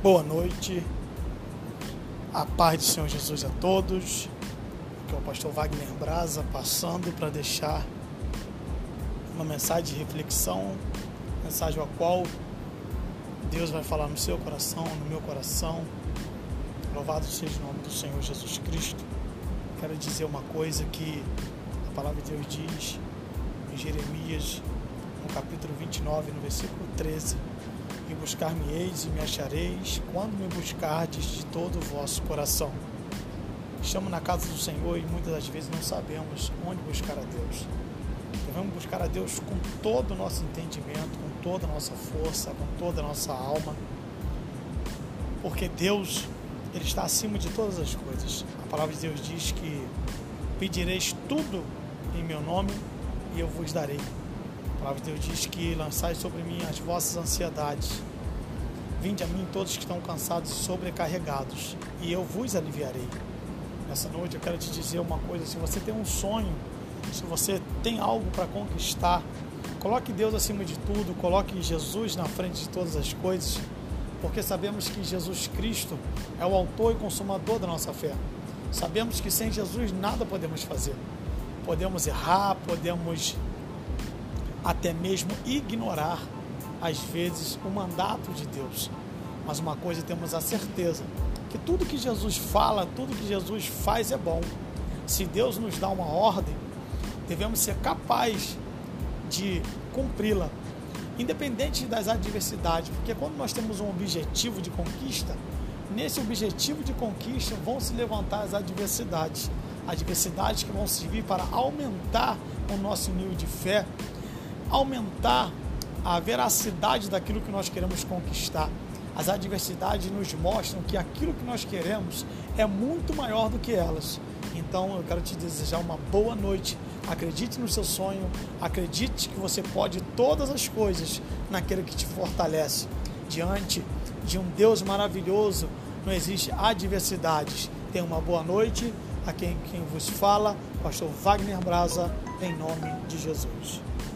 Boa noite, a paz do Senhor Jesus a todos. Aqui é o pastor Wagner Brasa passando para deixar uma mensagem de reflexão, mensagem a qual Deus vai falar no seu coração, no meu coração. Louvado seja o nome do Senhor Jesus Cristo. Quero dizer uma coisa que a palavra de Deus diz em Jeremias, no capítulo 29, no versículo 13: e buscar-me-eis e me achareis, quando me buscardes de todo o vosso coração. Estamos na casa do Senhor e muitas das vezes não sabemos onde buscar a Deus. Devemos buscar a Deus com todo o nosso entendimento, com toda a nossa força, com toda a nossa alma, porque Deus, Ele está acima de todas as coisas. A palavra de Deus diz que pedireis tudo em meu nome e eu vos darei. A palavra de Deus diz que lançai sobre mim as vossas ansiedades. Vinde a mim todos que estão cansados e sobrecarregados, e eu vos aliviarei. Nessa noite eu quero te dizer uma coisa: se você tem um sonho, se você tem algo para conquistar, coloque Deus acima de tudo, coloque Jesus na frente de todas as coisas, porque sabemos que Jesus Cristo é o autor e consumador da nossa fé. Sabemos que sem Jesus nada podemos fazer. Podemos errar, podemos até mesmo ignorar, às vezes, o mandato de Deus. Mas uma coisa temos a certeza: que tudo que Jesus fala, tudo que Jesus faz é bom. Se Deus nos dá uma ordem, devemos ser capazes de cumpri-la, independente das adversidades, porque quando nós temos um objetivo de conquista, nesse objetivo de conquista vão se levantar as adversidades que vão servir para aumentar o nosso nível de fé, aumentar a veracidade daquilo que nós queremos conquistar. As adversidades nos mostram que aquilo que nós queremos é muito maior do que elas. Então eu quero te desejar uma boa noite. Acredite no seu sonho, acredite que você pode todas as coisas naquele que te fortalece. Diante de um Deus maravilhoso não existe adversidades. Tenha uma boa noite. A quem vos fala, pastor Wagner Brasa, em nome de Jesus.